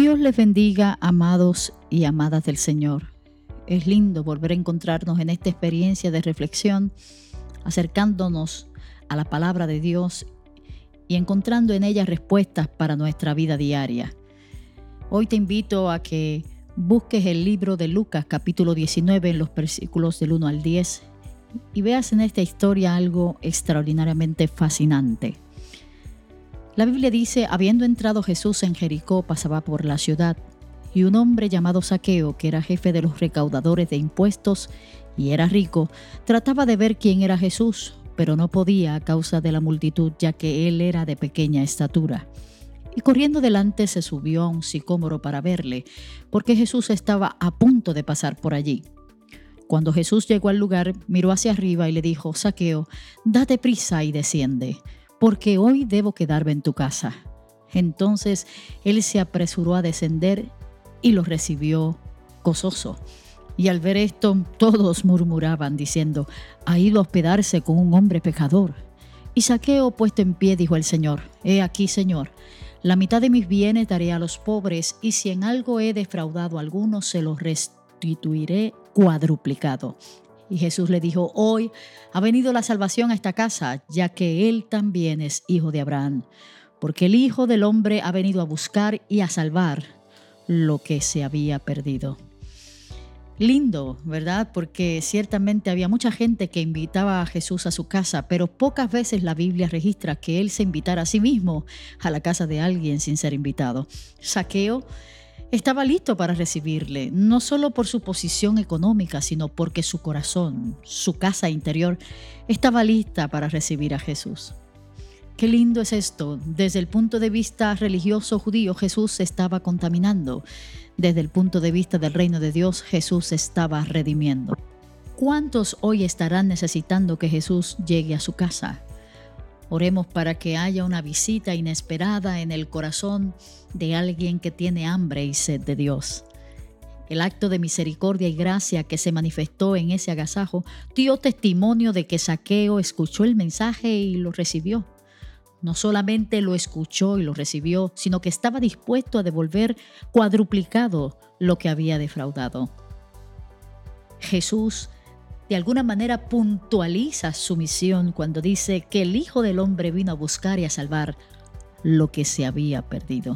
Dios les bendiga, amados y amadas del Señor. Es lindo volver a encontrarnos en esta experiencia de reflexión, acercándonos a la palabra de Dios y encontrando en ella respuestas para nuestra vida diaria. Hoy te invito a que busques el libro de Lucas, capítulo 19, en los versículos del 1 al 10, y veas en esta historia algo extraordinariamente fascinante. La Biblia dice: habiendo entrado Jesús en Jericó, pasaba por la ciudad, y un hombre llamado Zaqueo, que era jefe de los recaudadores de impuestos y era rico, trataba de ver quién era Jesús, pero no podía a causa de la multitud, ya que él era de pequeña estatura. Y corriendo delante se subió a un sicómoro para verle, porque Jesús estaba a punto de pasar por allí. Cuando Jesús llegó al lugar, miró hacia arriba y le dijo: Zaqueo, date prisa y desciende, porque hoy debo quedarme en tu casa. Entonces él se apresuró a descender y lo recibió gozoso. Y al ver esto, todos murmuraban, diciendo: ha ido a hospedarse con un hombre pecador. Y Zaqueo, puesto en pie, dijo al Señor: he aquí, Señor, la mitad de mis bienes daré a los pobres, y si en algo he defraudado a alguno, se los restituiré cuadruplicado. Y Jesús le dijo: hoy ha venido la salvación a esta casa, ya que él también es hijo de Abraham, porque el Hijo del Hombre ha venido a buscar y a salvar lo que se había perdido. Lindo, ¿verdad? Porque ciertamente había mucha gente que invitaba a Jesús a su casa, pero pocas veces la Biblia registra que él se invitara a sí mismo a la casa de alguien sin ser invitado. Zaqueo estaba listo para recibirle, no solo por su posición económica, sino porque su corazón, su casa interior, estaba lista para recibir a Jesús. Qué lindo es esto. Desde el punto de vista religioso judío, Jesús se estaba contaminando. Desde el punto de vista del reino de Dios, Jesús se estaba redimiendo. ¿Cuántos hoy estarán necesitando que Jesús llegue a su casa? Oremos para que haya una visita inesperada en el corazón de alguien que tiene hambre y sed de Dios. El acto de misericordia y gracia que se manifestó en ese agasajo dio testimonio de que Zaqueo escuchó el mensaje y lo recibió. No solamente lo escuchó y lo recibió, sino que estaba dispuesto a devolver cuadruplicado lo que había defraudado. Jesús de alguna manera puntualiza su misión cuando dice que el Hijo del Hombre vino a buscar y a salvar lo que se había perdido.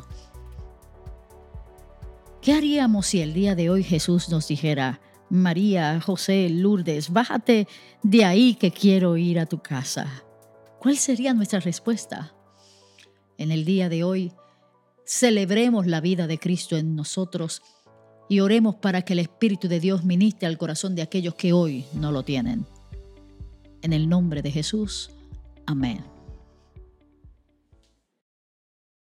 ¿Qué haríamos si el día de hoy Jesús nos dijera: María, José, Lourdes, bájate de ahí que quiero ir a tu casa? ¿Cuál sería nuestra respuesta? En el día de hoy, celebremos la vida de Cristo en nosotros y oremos para que el Espíritu de Dios ministre al corazón de aquellos que hoy no lo tienen. En el nombre de Jesús, amén.